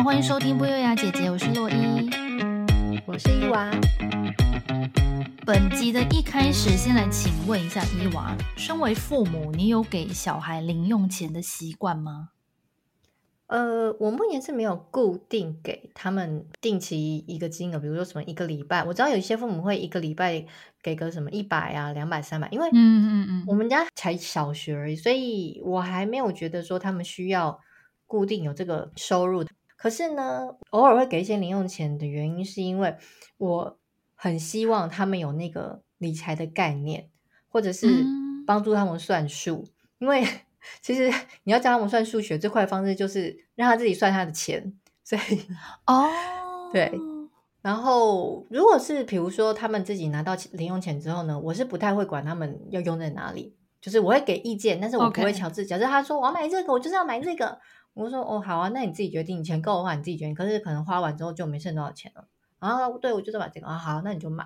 欢迎收听不优雅姐姐，我是洛伊， 我是伊娃。 本集的一开始，先来请问一下伊娃，身为父母，你有给小孩零用钱的习惯吗？ 我目前是没有固定给他们定期一个金额，比如说什么一个礼拜，我知道有一些父母会一个礼拜给个什么100啊、200、300，因为我们家才小学而已，所以我还没有觉得说他们需要固定有这个收入。可是呢，偶尔会给一些零用钱的原因是因为我很希望他们有那个理财的概念，或者是帮助他们算数，因为其实你要教他们算数学最快的方式就是让他自己算他的钱，所以对。然后如果是比如说他们自己拿到零用钱之后呢，我是不太会管他们要用在哪里，就是我会给意见，但是我不会强制。假设他说我要买这个，我就是要买这个，我说哦好啊，那你自己决定，你钱够的话你自己决定，可是可能花完之后就没剩多少钱了，然后对我就是买这个啊，好，那你就买。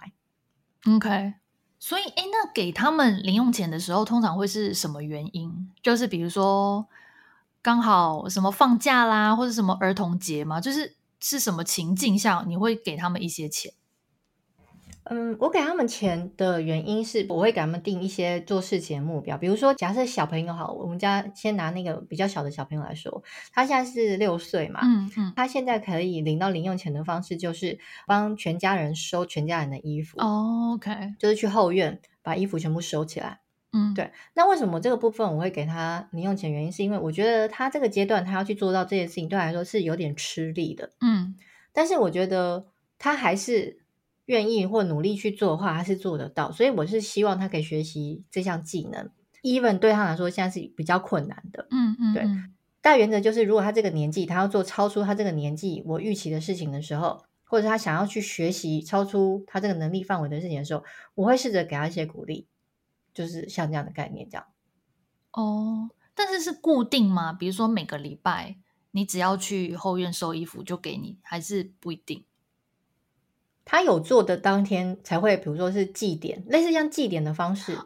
OK， 所以那给他们零用钱的时候通常会是什么原因？就是比如说刚好什么放假啦，或者什么儿童节嘛，就是什么情境下你会给他们一些钱？ 我给他们钱的原因是我会给他们定一些做事情的目标，比如说假设小朋友好，我们家先拿那个比较小的小朋友来说，他现在是6岁嘛，他现在可以领到零用钱的方式就是帮全家人收全家人的衣服。 OK， 就是去后院把衣服全部收起来。对。那为什么这个部分我会给他零用钱？原因是因为我觉得他这个阶段他要去做到这件事情，对他来说是有点吃力的。但是我觉得他还是愿意或努力去做的话，他是做得到。所以我是希望他可以学习这项技能 ，even 对他来说现在是比较困难的。对。大原则就是，如果他这个年纪他要做超出他这个年纪我预期的事情的时候，或者他想要去学习超出他这个能力范围的事情的时候，我会试着给他一些鼓励，就是像这样的概念这样。 但是是固定吗？比如说每个礼拜你只要去后院收衣服就给你，还是不一定？ 他有做的当天才会，比如说是祭点，类似像祭点的方式。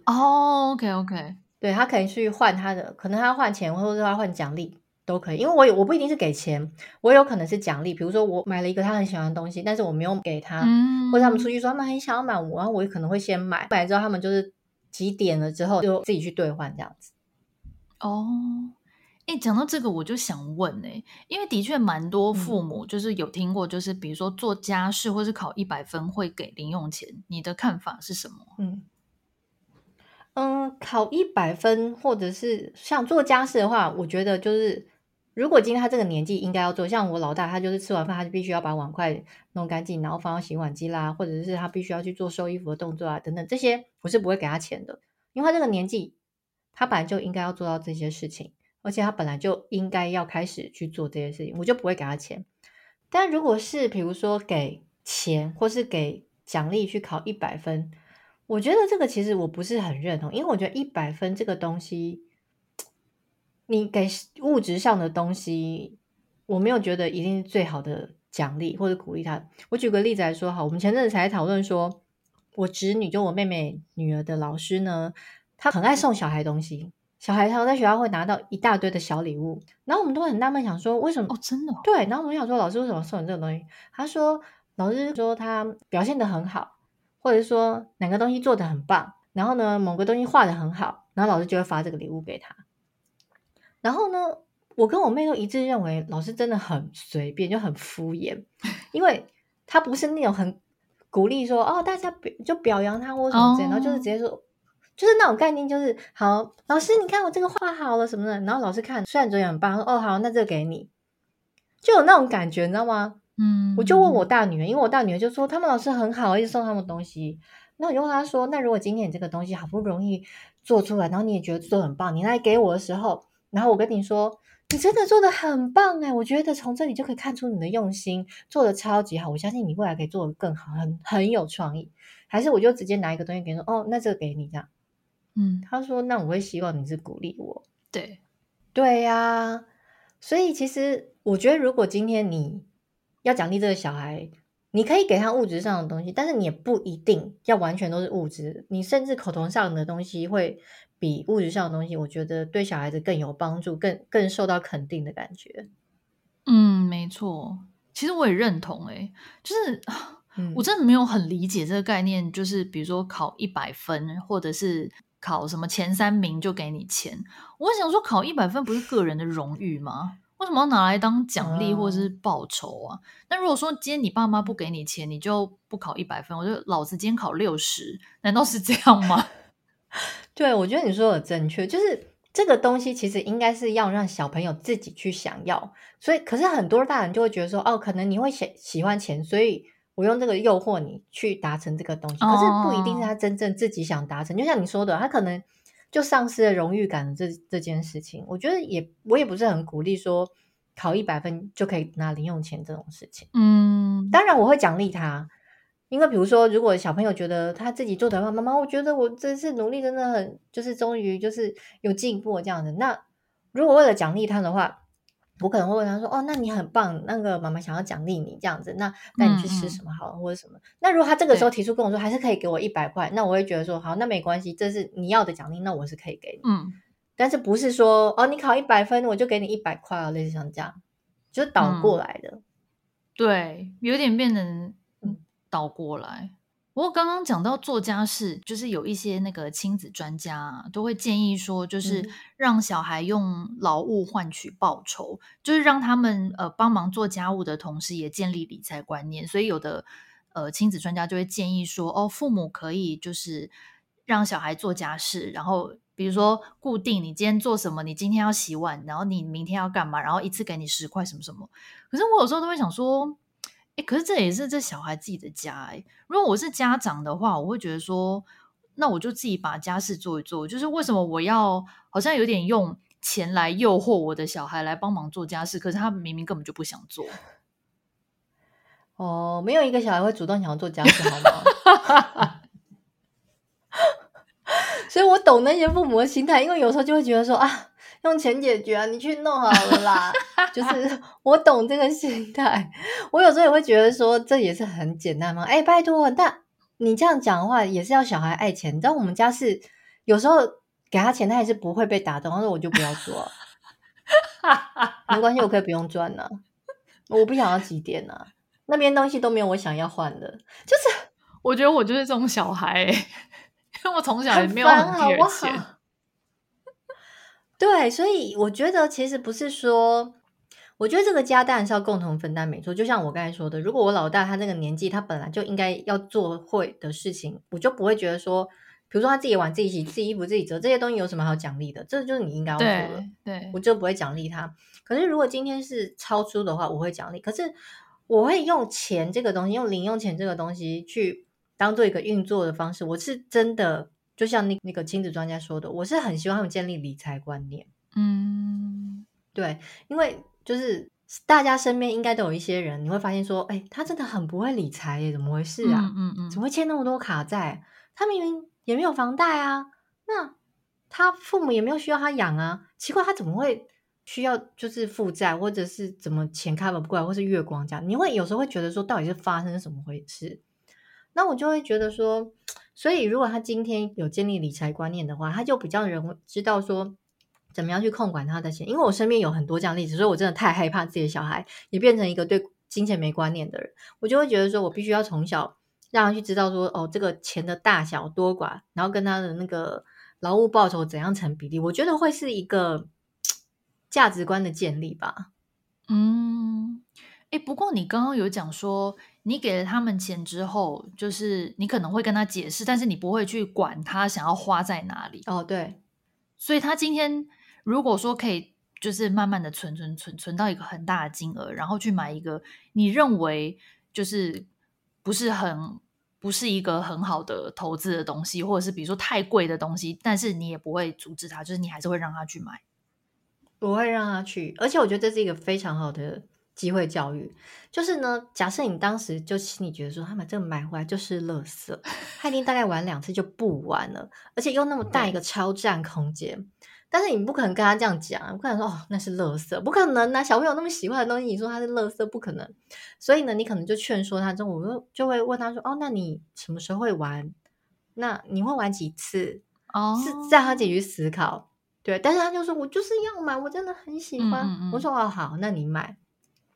OK， 对，他可以去换他的，可能他换钱，或者他换奖励都可以。因为我不一定是给钱，我有可能是奖励。比如说我买了一个他很喜欢的东西，但是我没有给他，或者他们出去说他们很想要买我，然后我可能会先买之后他们就是几点了之后就自己去兑换这样子。 讲到这个我就想问因为的确蛮多父母就是有听过，就是比如说做家事或是考100分会给零用钱，你的看法是什么？ 考100分或者是像做家事的话，我觉得就是如果今天他这个年纪应该要做，像我老大他就是吃完饭他就必须要把碗筷弄干净，然后放到洗碗机啦，或者是他必须要去做收衣服的动作啊等等，这些我是不会给他钱的，因为他这个年纪他本来就应该要做到这些事情，而且他本来就应该要开始去做这些事情，我就不会给他钱。但如果是比如说给钱或是给奖励去考100分，我觉得这个其实我不是很认同，因为我觉得100分这个东西，你给物质上的东西，我没有觉得一定是最好的奖励或者鼓励他。我举个例子来说好，我们前阵子才讨论说，我侄女就我妹妹女儿的老师呢，她很爱送小孩东西，小孩他在学校会拿到一大堆的小礼物，然后我们都很纳闷，想说为什么？ 真的？ 对，然后我们想说老师为什么送你这个东西？他说老师说他表现得很好，或者说哪个东西做得很棒，然后呢某个东西画得很好，然后老师就会发这个礼物给他。然后呢我跟我妹都一致认为老师真的很随便，就很敷衍，因为他不是那种很鼓励说大家就表扬他或什么之类，然后就是直接说就是那种概念，就是好老师你看我这个画好了什么的，然后老师看虽然觉得很棒，说好那这个给你，就有那种感觉你知道吗？我就问我大女儿，因为我大女儿就说他们老师很好，一直送他们东西，那我就问她说那如果今天你这个东西好不容易做出来，然后你也觉得做得很棒，你来给我的时候，然后我跟你说你真的做得很棒我觉得从这里就可以看出你的用心，做得超级好，我相信你未来可以做得更好，很有创意。还是我就直接拿一个东西给你说那这个给你这样。他说那我会希望你是鼓励我。对呀，所以其实我觉得如果今天你要奖励这个小孩，你可以给他物质上的东西，但是你也不一定要完全都是物质，你甚至口头上的东西会比物质上的东西我觉得对小孩子更有帮助，更受到肯定的感觉。 没错。其实我也认同就是我嗯真的没有很理解这个概念，就是比如说考100分，或者是考什么前3名就给你钱。我想说考100分不是个人的荣誉吗？为什么要拿来当奖励或者是报酬啊？那如果说今天你爸妈不给你钱，你就不考100分，我就老子今天考60，难道是这样吗？ 对，我觉得你说的正确，就是这个东西其实应该是要让小朋友自己去想要，所以可是很多大人就会觉得说，哦，可能你会喜欢钱，所以我用这个诱惑你去达成这个东西，可是不一定是他真正自己想达成。就像你说的，他可能就丧失了荣誉感的这件事情。我觉得我也不是很鼓励说考100分就可以拿零用钱这种事情。当然我会奖励他。因为比如说，如果小朋友觉得他自己做的很好，妈妈，我觉得我这次努力真的很，就是终于就是有进步这样子。那如果为了奖励他的话，我可能会问他说：“哦，那你很棒，那个妈妈想要奖励你这样子，那带你去吃什么好了，或者什么。”那如果他这个时候提出跟我说，还是可以给我100块，那我会觉得说，好，那没关系，这是你要的奖励，那我是可以给你。但是不是说哦，你考100分我就给你100块啊，类似像这样，就是倒过来的。 对，有点变成倒过来。不过刚刚讲到做家事，就是有一些那个亲子专家啊，都会建议说，就是让小孩用劳务换取报酬，就是让他们帮忙做家务的同时，也建立理财观念。所以有的亲子专家就会建议说，哦，父母可以就是让小孩做家事，然后比如说固定你今天做什么，你今天要洗碗，然后你明天要干嘛，然后一次给你10块什么什么。可是我有时候都会想说，可是这也是这小孩自己的家如果我是家长的话，我会觉得说，那我就自己把家事做一做。就是为什么我要好像有点用钱来诱惑我的小孩来帮忙做家事，可是他明明根本就不想做。 哦，没有一个小孩会主动想要做家事，好吗？所以我懂那些父母的心态，因为有时候就会觉得说啊，用钱解决啊，你去弄好了啦。就是我懂这个心态，我有时候也会觉得说，这也是很简单吗？哎，拜托，但你这样讲的话，也是要小孩爱钱。你知道我们家是有时候给他钱，他也是不会被打动，他说我就不要做，没关系，我可以不用赚啊，我不想要几点啊，那边东西都没有我想要换的，就是我觉得我就是这种小孩因为我从小也没有很很烦好不 care 好？ 钱。 对，所以我觉得其实不是说，我觉得这个家当然是要共同分担，没错。就像我刚才说的，如果我老大他那个年纪，他本来就应该要做会的事情，我就不会觉得说，比如说他自己碗、自己洗、自己衣服、自己折这些东西有什么好奖励的？这就是你应该要做的， 对， 我就不会奖励他。可是如果今天是超出的话，我会奖励。可是我会用钱这个东西，用零用钱这个东西去当做一个运作的方式，我是真的。就像那个亲子专家说的，我是很希望他们建立理财观念。对，因为就是大家身边应该都有一些人，你会发现说，哎，他真的很不会理财耶，怎么回事啊？怎么会欠那么多卡债？他明明也没有房贷啊，那他父母也没有需要他养啊，奇怪，他怎么会需要就是负债，或者是怎么钱 cover 不过来，或是月光这样？你会有时候会觉得说，到底是发生什么回事？那我就会觉得说，所以如果他今天有建立理财观念的话，他就比较知道说怎么样去控管他的钱。因为我身边有很多这样的例子，所以我真的太害怕自己的小孩也变成一个对金钱没观念的人。我就会觉得说我必须要从小让他去知道说，哦，这个钱的大小多寡，然后跟他的那个劳务报酬怎样成比例，我觉得会是一个价值观的建立吧。 不过你刚刚有讲说，你给了他们钱之后，就是你可能会跟他解释，但是你不会去管他想要花在哪里。 哦，对， 所以他今天如果说可以，就是慢慢的存到一个很大的金额，然后去买一个你认为就是不是一个很好的投资的东西，或者是比如说太贵的东西，但是你也不会阻止他，就是你还是会让他去买。 我会让他去，而且我觉得这是一个非常好的机会教育。就是呢，假设你当时就心里觉得说，他们这个买回来就是垃圾，他一定大概玩2次就不玩了，而且又那么大一个超占空间。但是你不可能跟他这样讲，不可能说哦那是垃圾，不可能啊！小朋友那么喜欢的东西，你说他是垃圾，不可能。所以呢，你可能就劝说他之后，我就会问他说，哦，那你什么时候会玩？那你会玩几次？是让他自己去思考。对，但是他就说我就是要买，我真的很喜欢。我说哦好，那你买。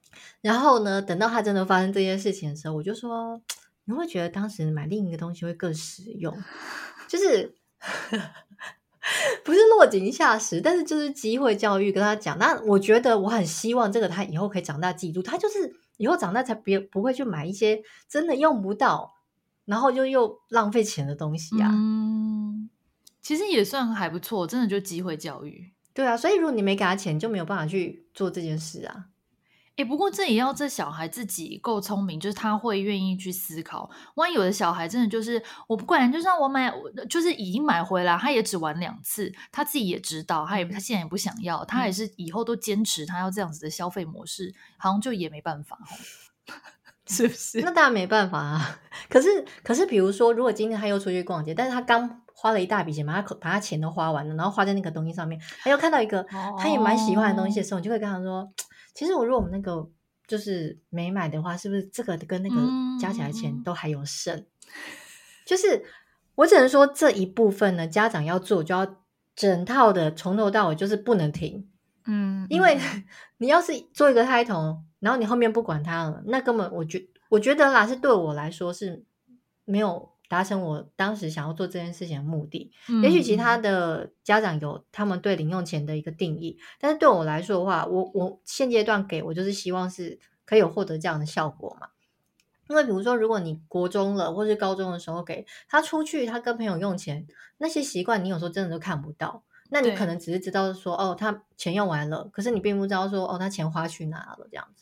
然后呢，等到他真的发生这件事情的时候，我就说，你会觉得当时买另一个东西会更实用，就是不是落井下石，但是就是机会教育跟他讲。那我觉得我很希望这个他以后可以长大记住，他就是以后长大才不会去买一些真的用不到，然后又浪费钱的东西啊。 其实也算还不错，真的就机会教育。 对啊，所以如果你没给他钱，你就没有办法去做这件事啊。 不过这也要这小孩自己够聪明，就是他会愿意去思考。万一有的小孩真的就是我不管，就算我买，就是已经买回来，他也只玩2次，他自己也知道，他现在也不想要，他也是以后都坚持他要这样子的消费模式，好像就也没办法是不是？ 那当然没办法啊。可是，比如说，如果今天他又出去逛街，但是他刚花了一大笔钱，把他钱都花完了，然后花在那个东西上面，他又看到一个他也蛮喜欢的东西的时候，你就会跟他说，其实如果我们那个就是没买的话，是不是这个跟那个加起来钱都还有剩？就是我只能说这一部分呢，家长要做就要整套的从头到尾就是不能停。因为你要是做一个胎童，然后你后面不管他了，那根本我觉得啦，是对我来说是没有达成我当时想要做这件事情的目的。也许其他的家长有他们对零用钱的一个定义，但是对我来说的话，我现阶段给我就是希望是可以有获得这样的效果嘛。因为比如说，如果你国中了或是高中的时候给他出去，他跟朋友用钱，那些习惯你有时候真的都看不到。那你可能只是知道说，哦，他钱用完了，可是你并不知道说，哦，他钱花去哪了这样子。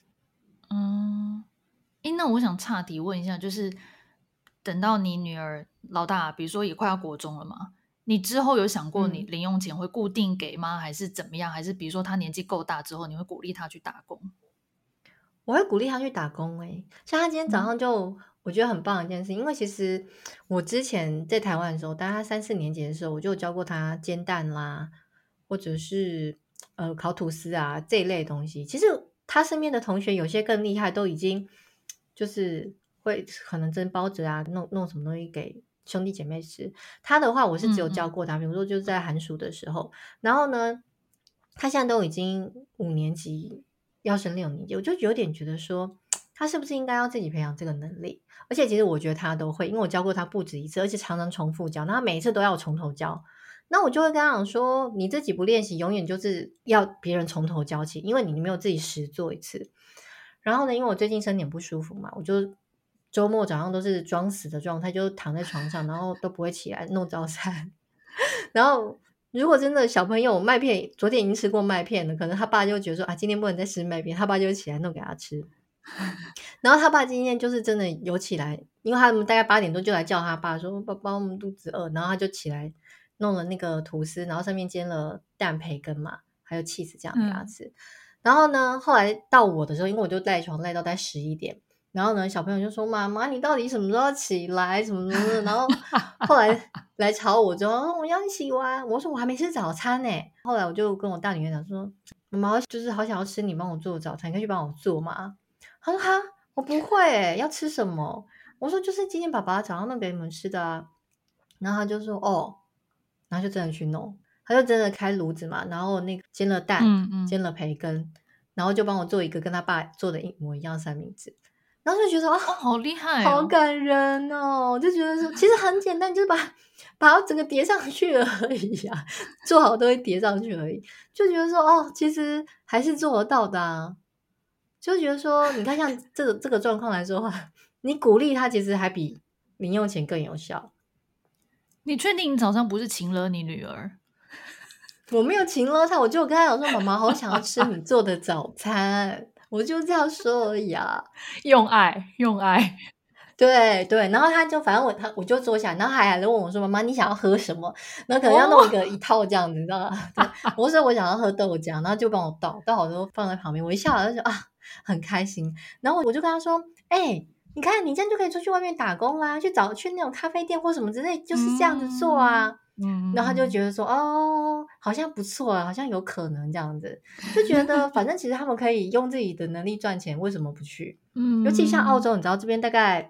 那我想岔题问一下，就是等到你女儿老大，比如说也快要国中了嘛，你之后有想过你零用钱会固定给吗？还是怎么样？还是比如说他年纪够大之后，你会鼓励他去打工？ 我会鼓励他去打工像他今天早上就我觉得很棒的一件事，因为其实我之前在台湾的时候，大概3、4年级的时候，我就有教过他煎蛋啦，或者是烤吐司啊这一类的东西。其实他身边的同学有些更厉害，都已经就是会可能蒸包子啊，弄什么东西给兄弟姐妹吃。他的话，我是只有教过他，比如说就是在寒暑的时候，然后呢，他现在都已经5年级。要升6年级，我就有点觉得说，他是不是应该要自己培养这个能力？而且其实我觉得他都会，因为我教过他不止一次，而且常常重复教，那他每一次都要从头教。那我就会跟他讲说，你自己不练习，永远就是要别人从头教起，因为你没有自己实做一次。然后呢，因为我最近身体不舒服嘛，我就周末早上都是装死的状态，就躺在床上，然后都不会起来弄早餐。然后如果真的小朋友麦片昨天已经吃过麦片了，可能他爸就觉得说啊，今天不能再吃麦片，他爸就起来弄给他吃。然后他爸今天就是真的有起来，因为他们大概8点多就来叫他爸说，爸爸我们肚子饿，然后他就起来弄了那个吐司，然后上面煎了蛋培根嘛，还有 cheese 这样给他吃。然后呢，后来到我的时候，因为我就赖床赖到大概11点，然后呢，小朋友就说妈妈你到底什么时候起来什么什么的，然后后来来吵我之后，我要你洗完，我说我还没吃早餐呢。后来我就跟我大女儿讲说，妈妈就是好想要吃你帮我做的早餐，你可以去帮我做吗？她说哈，我不会要吃什么？我说就是今天爸爸早上弄给你们吃的啊。然后他就说哦，然后就真的去弄，他就真的开炉子嘛，然后那个煎了蛋，煎了培根，然后就帮我做一个跟他爸做的一模一样的三明治。然后就觉得哦， 好厉害好感人哦！就觉得说其实很简单，就是把它整个叠上去而已啊，做好都会叠上去而已。就觉得说哦，其实还是做得到的啊。就觉得说，你看像这个状况来说的话，你鼓励他其实还比零用钱更有效。 你确定你早上不是请了你女儿？ 我没有请了他，我就跟他讲说，妈妈好想要吃你做的早餐，我就这样说而已啊。 用爱，用爱。 对对，然后他就反正我就坐下，然后还问我说：“妈妈，你想要喝什么？”然后可能要弄一套这样子，你知道吗？对，我说我想要喝豆浆，然后就帮我倒好之后放在旁边，我一下我就说啊，很开心。然后我就跟他说：“你看你这样就可以出去外面打工啦，去那种咖啡店或什么之类，就是这样子做啊。”然后他就觉得说：“哦，好像不错啊，好像有可能这样子。”就觉得反正其实他们可以用自己的能力赚钱，为什么不去？尤其像澳洲，你知道这边大概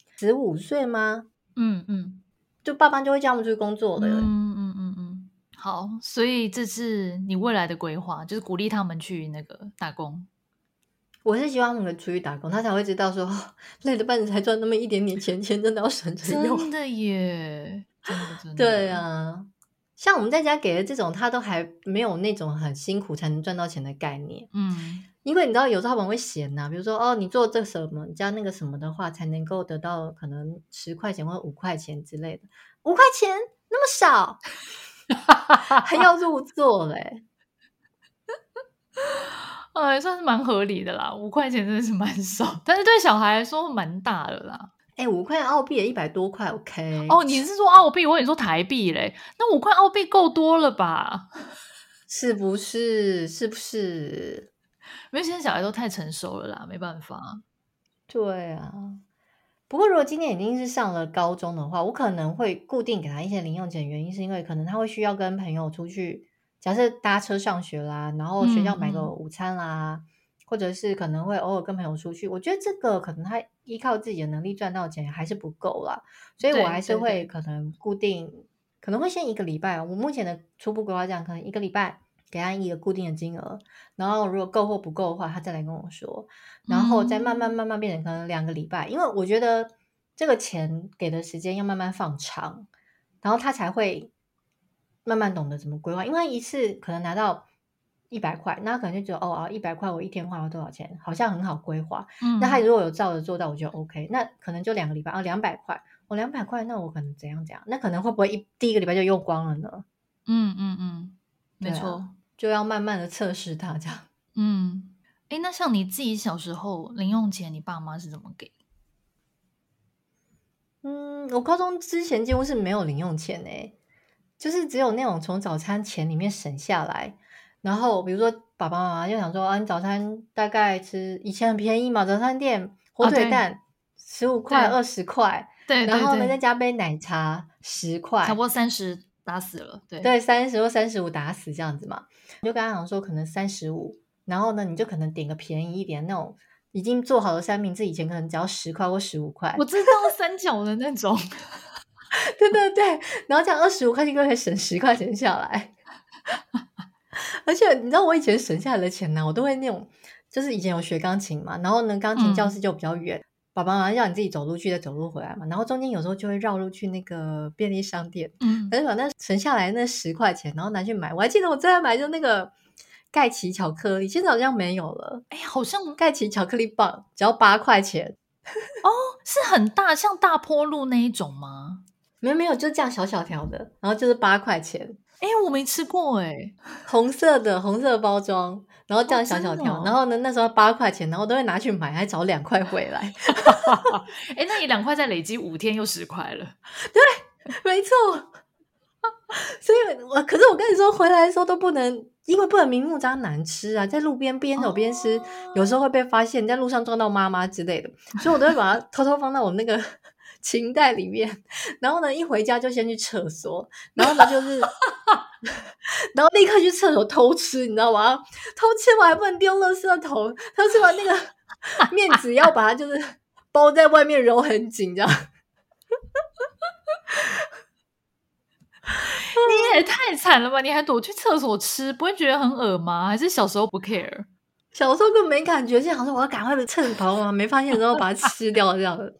15岁吗？就爸爸就会叫他们出去工作了。 好，所以这是你未来的规划，就是鼓励他们去那个打工。 我是希望他们出去打工，他才会知道说累了半死才赚那么一点点钱，钱真的要省着用。 真的耶，真的真的。 对啊，像我们在家给的这种，他都还没有那种很辛苦才能赚到钱的概念。因为你知道有时候他们会嫌比如说你做这什么，你加那个什么的话，才能够得到可能10块钱或5块钱之类的。5块钱那么少，还要入座嘞。 算是蛮合理的啦，5块钱真的是蛮少，但是对小孩来说蛮大的啦。 5块澳币也100多块 OK。 你是说澳币？我跟你说台币嘞，那5块澳币够多了吧？ 是不是？是不是？ 因为现在小孩都太成熟了啦，没办法。 对啊，不过如果今天已经是上了高中的话，我可能会固定给他一些零用钱，原因是因为可能他会需要跟朋友出去，假设搭车上学啦，然后学校买个午餐啦，或者是可能会偶尔跟朋友出去。我觉得这个可能他依靠自己的能力赚到钱还是不够啦，所以我还是会可能固定，可能会先1个礼拜。我目前的初步规划这样，可能1个礼拜给他一个固定的金额，然后如果够或不够的话，他再来跟我说，然后再慢慢变成可能2个礼拜，因为我觉得这个钱给的时间要慢慢放长，然后他才会慢慢懂得怎么规划。因为一次可能拿到100块，那可能就觉得100块我一天花了多少钱，好像很好规划。那他如果有照着做到，我觉得 OK。那可能就2个礼拜200块，200块，那我可能怎样，那可能会不会第一个礼拜就用光了呢？ 没错。 就要慢慢的测试它这样。 那像你自己小时候零用钱，你爸妈是怎么给？ 我高中之前几乎是没有零用钱就是只有那种从早餐钱里面省下来，然后比如说爸爸妈妈就想说你早餐大概吃，以前很便宜嘛，早餐店火腿蛋15块20块， 对， 然后呢再加杯奶茶10块， 差不多30打死了。对 30或35打死这样子嘛。你就跟他讲说可能35，然后呢你就可能点个便宜一点那种已经做好的三明治，以前可能只要10块或15块， 我知道三角的那种对对对，然后这样25块钱就可以省10块钱下来。而且你知道我以前省下来的钱呢，我都会那种，就是以前有学钢琴嘛，然后呢钢琴教室就比较远，爸爸妈妈让你自己走路去再走路回来嘛，然后中间有时候就会绕路去那个便利商店，但是把那省下来那10块钱然后拿去买。我还记得我最爱买就那个盖奇巧克力，现在好像没有了。 好像盖奇巧克力棒只要8块钱。 是很大，像大坡路那一种吗？ 没有，就这样小小条的，然后就是8块钱。 我没吃过红色包装，然后这样小小条，然后呢那时候8块钱，然后都会拿去买，还找2块回来。 那你2块再累积5天又10块了。 对，没错。所以可是我跟你说回来的时候都不能，因为不能明目张胆难吃啊，在路边边走边吃，有时候会被发现，在路上撞到妈妈之类的，所以我都会把它偷偷放到我那个琴袋里面，然后呢一回家就先去厕所，然后呢就是然后立刻去厕所偷吃，你知道吗？偷吃我还不能丢垃圾桶，偷吃完那个面纸要把它就是包在外面揉很紧这样。 你也太惨了吧，你还躲去厕所吃，不会觉得很恶吗？还是小时候不 care？ 小时候根本没感觉，就想说我要赶快趁着跑没发现的时候把它吃掉这样子。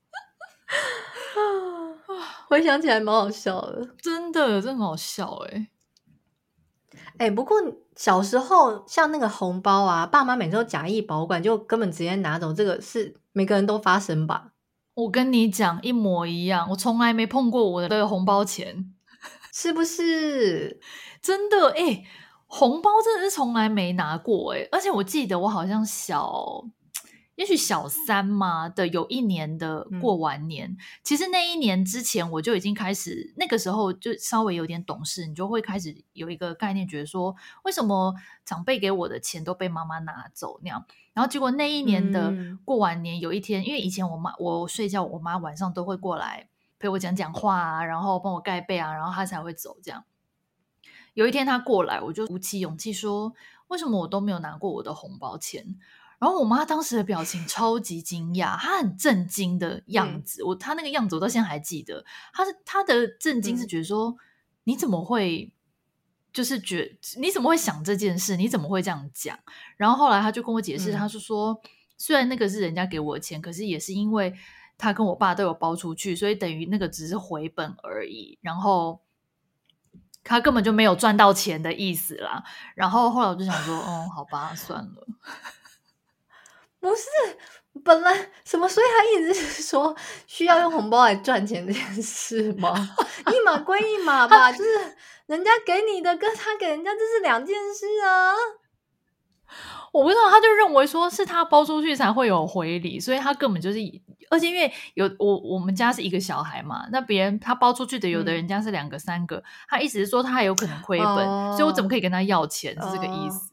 回想起来蛮好笑的， 真的很好笑不过小时候像那个红包啊，爸妈每次都假意保管，就根本直接拿走，这个是每个人都发生吧？ 我跟你讲一模一样，我从来没碰过我的红包钱， 是不是？ 真的红包真的是从来没拿过而且我记得我好像也许小3嘛的有一年的过完年，其实那一年之前我就已经开始，那个时候就稍微有点懂事，你就会开始有一个概念，觉得说为什么长辈给我的钱都被妈妈拿走那样。然后结果那一年的过完年有一天，因为以前我睡觉，我妈晚上都会过来陪我讲讲话啊，然后帮我盖被啊，然后她才会走这样。有一天她过来，我就鼓起勇气说为什么我都没有拿过我的红包钱。然后我妈当时的表情超级惊讶，她很震惊的样子，她那个样子我到现在还记得，她的震惊是觉得说你怎么会就是你怎么会想这件事？你怎么会这样讲？然后后来他就跟我解释，他是说，虽然那个是人家给我的钱，可是也是因为他跟我爸都有包出去，所以等于那个只是回本而已。然后他根本就没有赚到钱的意思啦。然后后来我就想说，哦，好吧，算了。 不是，本来什么，所以他一直是说需要用红包来赚钱这件事吗？一码归一码吧，就是人家给你的跟他给人家这是两件事啊。 我不知道，他就认为说是他包出去才会有回礼，所以他根本就是，而且因为我们家是一个小孩嘛，那别人他包出去的，有的人家是2个3个，他意思是说他还有可能亏本，所以我怎么可以跟他要钱，是这个意思。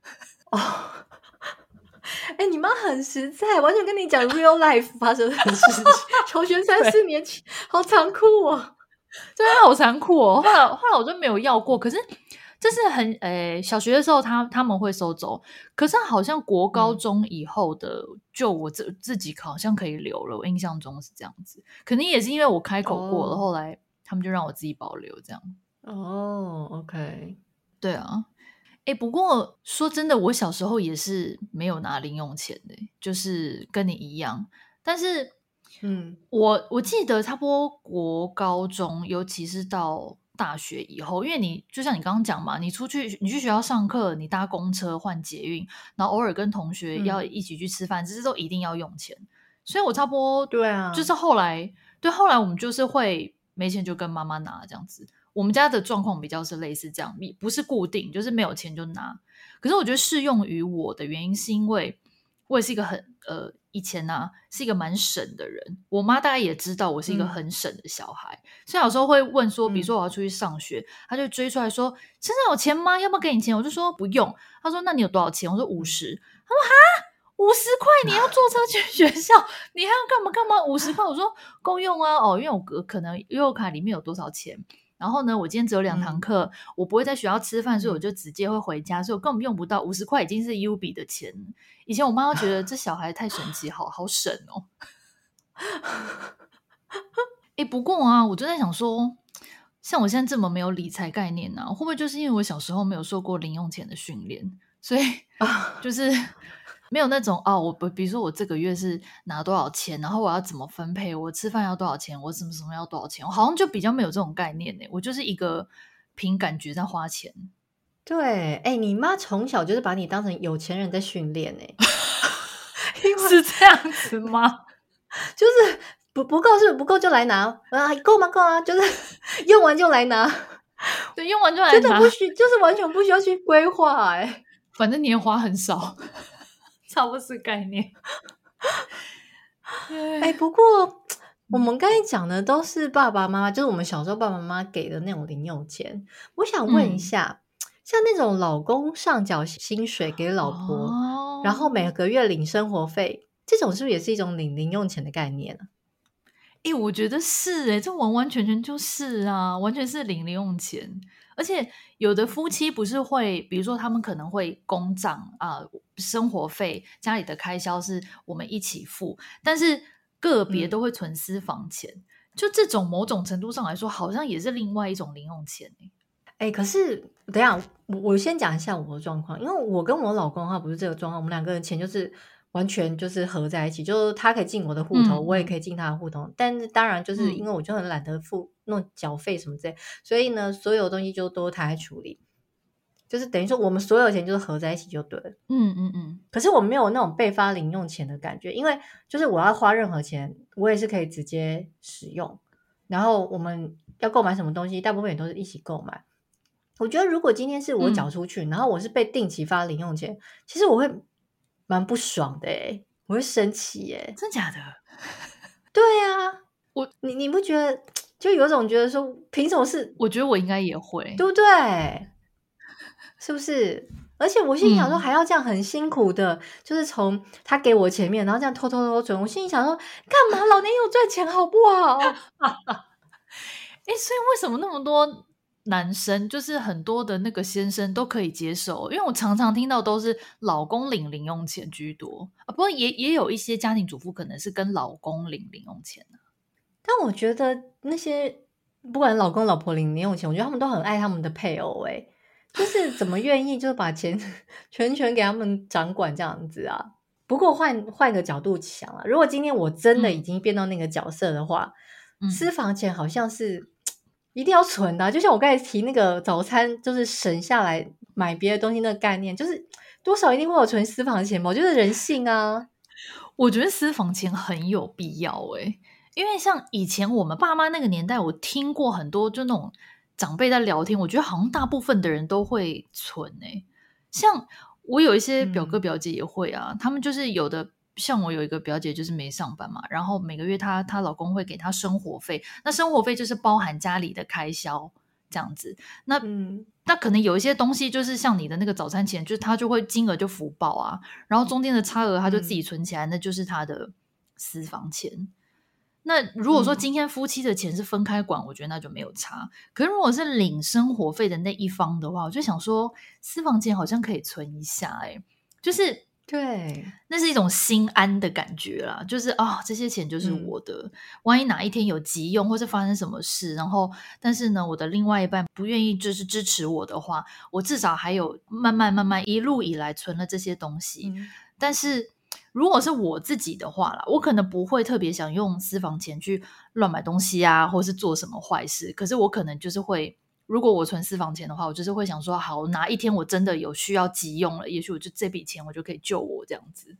你妈很实在，完全跟你讲 real life 发生的事情，小学3、4年级，好残酷哦。 对啊，好残酷哦。后来我就没有要过，可是这是很小学的时候他们会收走，可是好像国高中以后的，就我自己好像可以留了，我印象中是这样子，可能也是因为我开口过了，后来他们就让我自己保留这样。 OK， 对啊。不过说真的，我小时候也是没有拿零用钱的，就是跟你一样。但是，我记得差不多国高中，尤其是到大学以后，因为你就像你刚刚讲嘛，你去学校上课，你搭公车换捷运，然后偶尔跟同学要一起去吃饭，这些都一定要用钱。所以我差不多对啊， 就是后来我们就是会没钱就跟妈妈拿这样子。我们家的状况比较是类似这样，不是固定，就是没有钱就拿。可是我觉得适用于我的原因是因为我也是一个以前是一个蛮省的人，我妈大概也知道我是一个很省的小孩，所以有时候会问说，比如说我要出去上学，她就追出来说身上有钱吗？要不要给你钱？我就说不用。她说那你有多少钱？我说50。她说哈，50块你要坐车去学校，你还要干嘛？50块，我说够用啊。因为我可能悠游卡里面有多少钱。然后呢，我今天只有2堂课，我不会在学校吃饭，所以我就直接会回家，所以我根本用不到50块，已经是 U 比的钱。以前我妈都觉得这小孩太神奇，好省哦。不过我就在想说，像我现在这么没有理财概念会不会就是因为我小时候没有受过零用钱的训练，所以就是没有那种比如说我这个月是拿多少钱，然后我要怎么分配，我吃饭要多少钱，我什么什么要多少钱，我好像就比较没有这种概念我就是一个凭感觉在花钱。 对，你妈从小就是把你当成有钱人在训练是这样子吗？ 就是不够是不够就来拿够吗？够啊，就是用完就来拿。 对，用完就来拿， 真的就是完全不需要去规划反正你也花很少，差不多是概念。 不过我们刚才讲的都是爸爸妈妈，就是我们小时候爸爸妈妈给的那种零用钱。我想问一下，像那种老公上缴薪水给老婆，然后每个月领生活费，这种是不是也是一种领零用钱的概念呢？ 我觉得是这完完全全就是完全是领零用钱。而且有的夫妻不是会，比如说他们可能会公账生活费家里的开销是我们一起付，但是个别都会存私房钱，就这种某种程度上来说好像也是另外一种零用钱可是等一下我先讲一下我的状况，因为我跟我老公的话不是这个状况，我们2个人钱就是完全就是合在一起，就是他可以进我的户头，我也可以进他的户头，但是当然就是因为我就很懒得付那种缴费什么之类，所以呢所有东西就都他来处理，就是等于说我们所有钱就是合在一起就对了。可是我没有那种被发零用钱的感觉，因为就是我要花任何钱我也是可以直接使用，然后我们要购买什么东西大部分也都是一起购买。我觉得如果今天是我缴出去，然后我是被定期发零用钱，其实我会蛮不爽的我会生气真假的？ 对啊，你不觉得就有种觉得说凭什么是？ 我觉得我应该也会， 对不对？是不是？而且我心里想说还要这样很辛苦的，就是从他给我前面，然后这样偷存，我心里想说干嘛？老年有赚钱好不好？ 所以为什么那么多男生就是很多的那个先生都可以接受？因为我常常听到都是老公领零用钱居多不过也有一些家庭主妇可能是跟老公领零用钱但我觉得那些不管老公老婆领零用钱，我觉得他们都很爱他们的配偶就是怎么愿意就是把钱全权给他们掌管这样子啊？不过换个角度想啊，如果今天我真的已经变到那个角色的话，私房钱好像是一定要存的啊，就像我刚才提那个早餐，就是省下来买别的东西那个概念，就是多少一定会有存私房钱嘛，我觉得人性啊。 我觉得私房钱很有必要因为像以前我们爸妈那个年代，我听过很多就那种长辈在聊天，我觉得好像大部分的人都会存像我有一些表哥表姐也会啊，他们就是有的，像我有一个表姐就是没上班嘛，然后每个月她老公会给她生活费，那生活费就是包含家里的开销这样子。那可能有一些东西就是像你的那个早餐钱，就是他就会金额就福报啊，然后中间的差额他就自己存起来，那就是他的私房钱。那如果说今天夫妻的钱是分开管，我觉得那就没有差。可是如果是领生活费的那一方的话，我就想说私房钱好像可以存一下就是对， 那是一种心安的感觉啦，就是这些钱就是我的，万一哪一天有急用或是发生什么事，然后但是呢，我的另外一半不愿意就是支持我的话，我至少还有慢慢一路以来存了这些东西。但是如果是我自己的话啦，我可能不会特别想用私房钱去乱买东西啊，或是做什么坏事，可是我可能就是会，如果我存私房钱的话，我就是会想说，好，哪一天我真的有需要急用了，也许我就这笔钱我就可以救我这样子。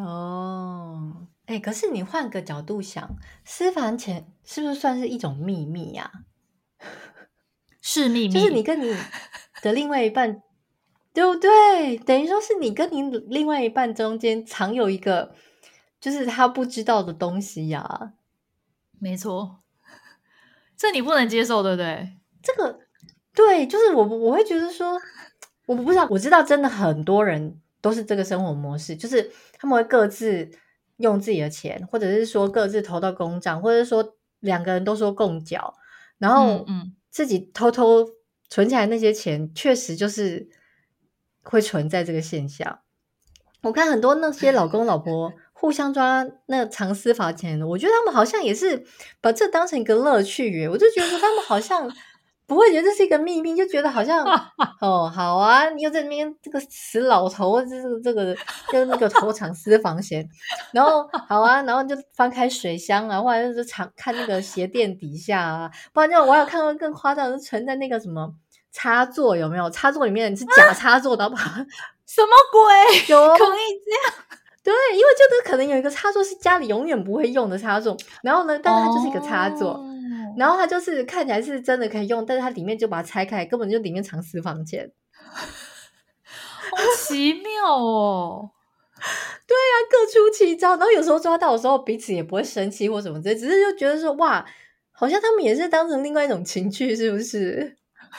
可是你换个角度想，私房钱是不是算是一种秘密呀？ 是秘密， 就是你跟你的另外一半，对不对？等于说是你跟你另外一半中间藏有一个，就是他不知道的东西呀。 没错，这你不能接受，对不对？ 这个对，就是我会觉得说，我不知道，我知道真的很多人都是这个生活模式，就是他们会各自用自己的钱，或者是说各自投到公账，或者是说两个人都说共缴，然后自己偷偷存起来那些钱，确实就是会存在这个现象。我看很多那些老公老婆互相抓那藏私房钱的，我觉得他们好像也是把这当成一个乐趣耶。我就觉得说他们好像不会觉得这是一个秘密，就觉得好像好啊，你又在那边这个死老头，这个又那个偷藏私房钱，然后好啊，然后就翻开水箱啊，或者是看那个鞋垫底下啊，不然就我还有看到更夸张的，是存在那个什么插座，有没有？插座里面是假插座，然后把它什么鬼？ 有可以这样？ 对，因为就是可能有一个插座是家里永远不会用的插座，然后呢，但是它就是一个插座，然后它就是看起来是真的可以用，但是它里面就把它拆开，根本就里面藏私房钱。 好奇妙哦！ 对啊，各出奇招，然后有时候抓到的时候，彼此也不会生气或什么之类，只是就觉得说哇，好像他们也是当成另外一种情趣，是不是？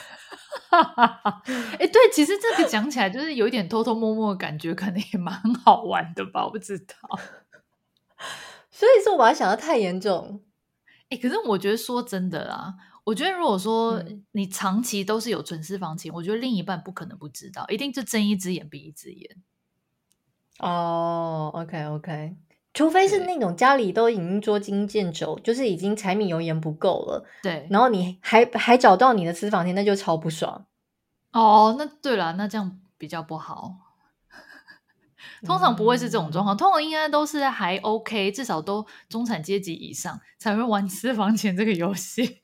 对，其实这个讲起来就是有一点偷偷摸摸的感觉，可能也蛮好玩的吧，我不知道。 所以说我把它想得太严重。 可是我觉得说真的啦，我觉得如果说你长期都是有存私房钱，我觉得另一半不可能不知道，一定就睁一只眼闭一只眼。 OK，除非是那种家里都已经捉襟见肘，就是已经柴米油盐不够了， 对， 然后你还找到你的私房钱，那就超不爽。 那对啦，那这样比较不好。通常不会是这种状况，通常应该都是还 OK，至少都中产阶级以上才会玩私房钱这个游戏。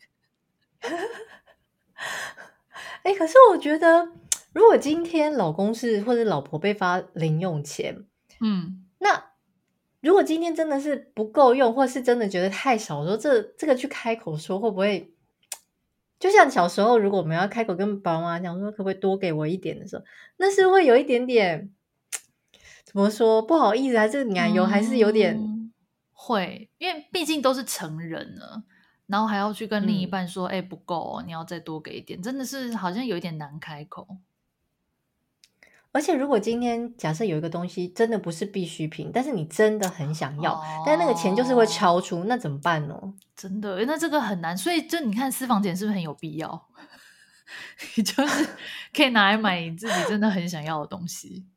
可是我觉得，如果今天老公或者老婆被发零用钱，那如果今天真的是不够用，或是真的觉得太少，说这个去开口说，会不会就像小时候，如果我们要开口跟爸妈讲说，可不可以多给我一点的时候，那是会有一点点怎么说不好意思，还是奶油，还是有点会，因为毕竟都是成人了，然后还要去跟另一半说，不够你要再多给一点，真的是好像有一点难开口。 而且如果今天假设有一个东西真的不是必需品，但是你真的很想要，但那个钱就是会超出，那怎么办呢？ 真的，那这个很难，所以就你看私房钱是不是很有必要？你就是可以拿来买你自己真的很想要的东西。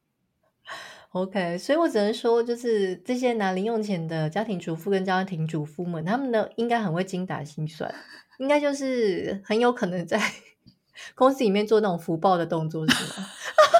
OK，所以我只能说，就是这些拿零用钱的家庭主妇跟家庭主妇们，他们的应该很会精打细算，应该就是很有可能在公司里面做那种福报的动作是吗？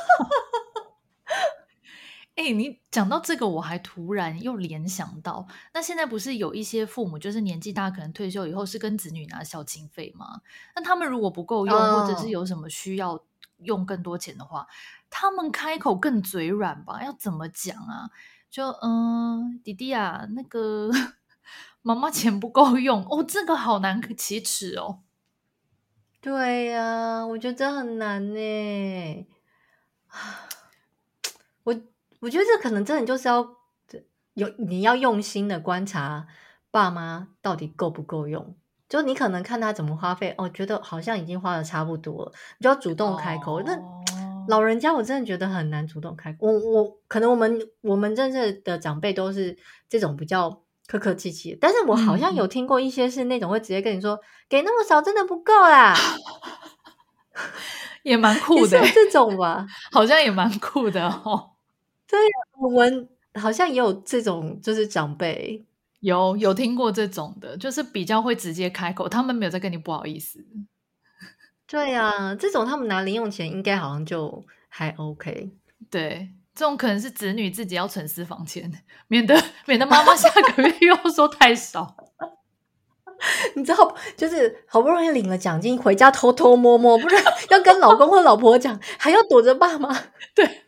你讲到这个，我还突然又联想到，那现在不是有一些父母就是年纪大，可能退休以后是跟子女拿孝亲费吗？那他们如果不够用，或者是有什么需要用更多钱的话，他们开口更嘴软吧？要怎么讲啊？就弟弟啊，那个妈妈钱不够用哦，这个好难启齿哦。 对呀，我觉得这很难呢。我觉得这可能真的就是你要用心的观察爸妈到底够不够用。就你可能看他怎么花费，觉得好像已经花的差不多了，你就要主动开口。那老人家我真的觉得很难主动开口。可能我们认识的长辈都是这种比较客客气气的，但是我好像有听过一些是那种会直接跟你说，给那么少真的不够啦。 也蛮酷的， 也是有这种吧？ 好像也蛮酷的哦。 对，我们好像也有这种，就是长辈有听过这种的，就是比较会直接开口，他们没有在跟你不好意思。 对啊，这种他们拿零用钱应该好像就还 OK。 对，这种可能是子女自己要存私房钱，免得妈妈下个月又要说太少。 你知道，就是好不容易领了奖金，回家偷偷摸摸，不然要跟老公或老婆讲，还要躲着爸妈。 对，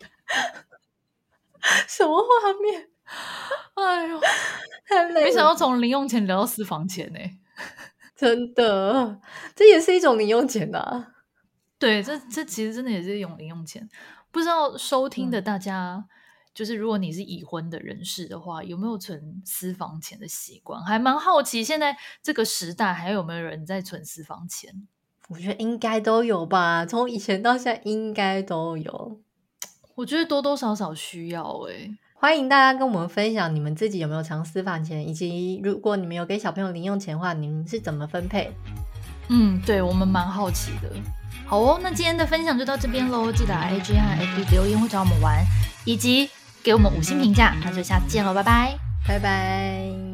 什么画面？ 哎呦， 太累了！ 没想到从零用钱聊到私房钱呢。 真的，这也是一种零用钱啊。 对，这其实真的也是一种零用钱。不知道收听的大家，就是如果你是已婚的人士的话，有没有存私房钱的习惯？还蛮好奇，现在这个时代还有没有人在存私房钱？ 我觉得应该都有吧，从以前到现在应该都有。 我觉得多多少少需要欢迎大家跟我们分享你们自己有没有藏私房钱，以及如果你们有给小朋友零用钱的话，你们是怎么分配？ 对，我们蛮好奇的。好哦，那今天的分享就到这边咯，记得IG 和 FB 留言或找我们玩，以及给我们5星评价。那就下次见咯，拜拜， 拜拜。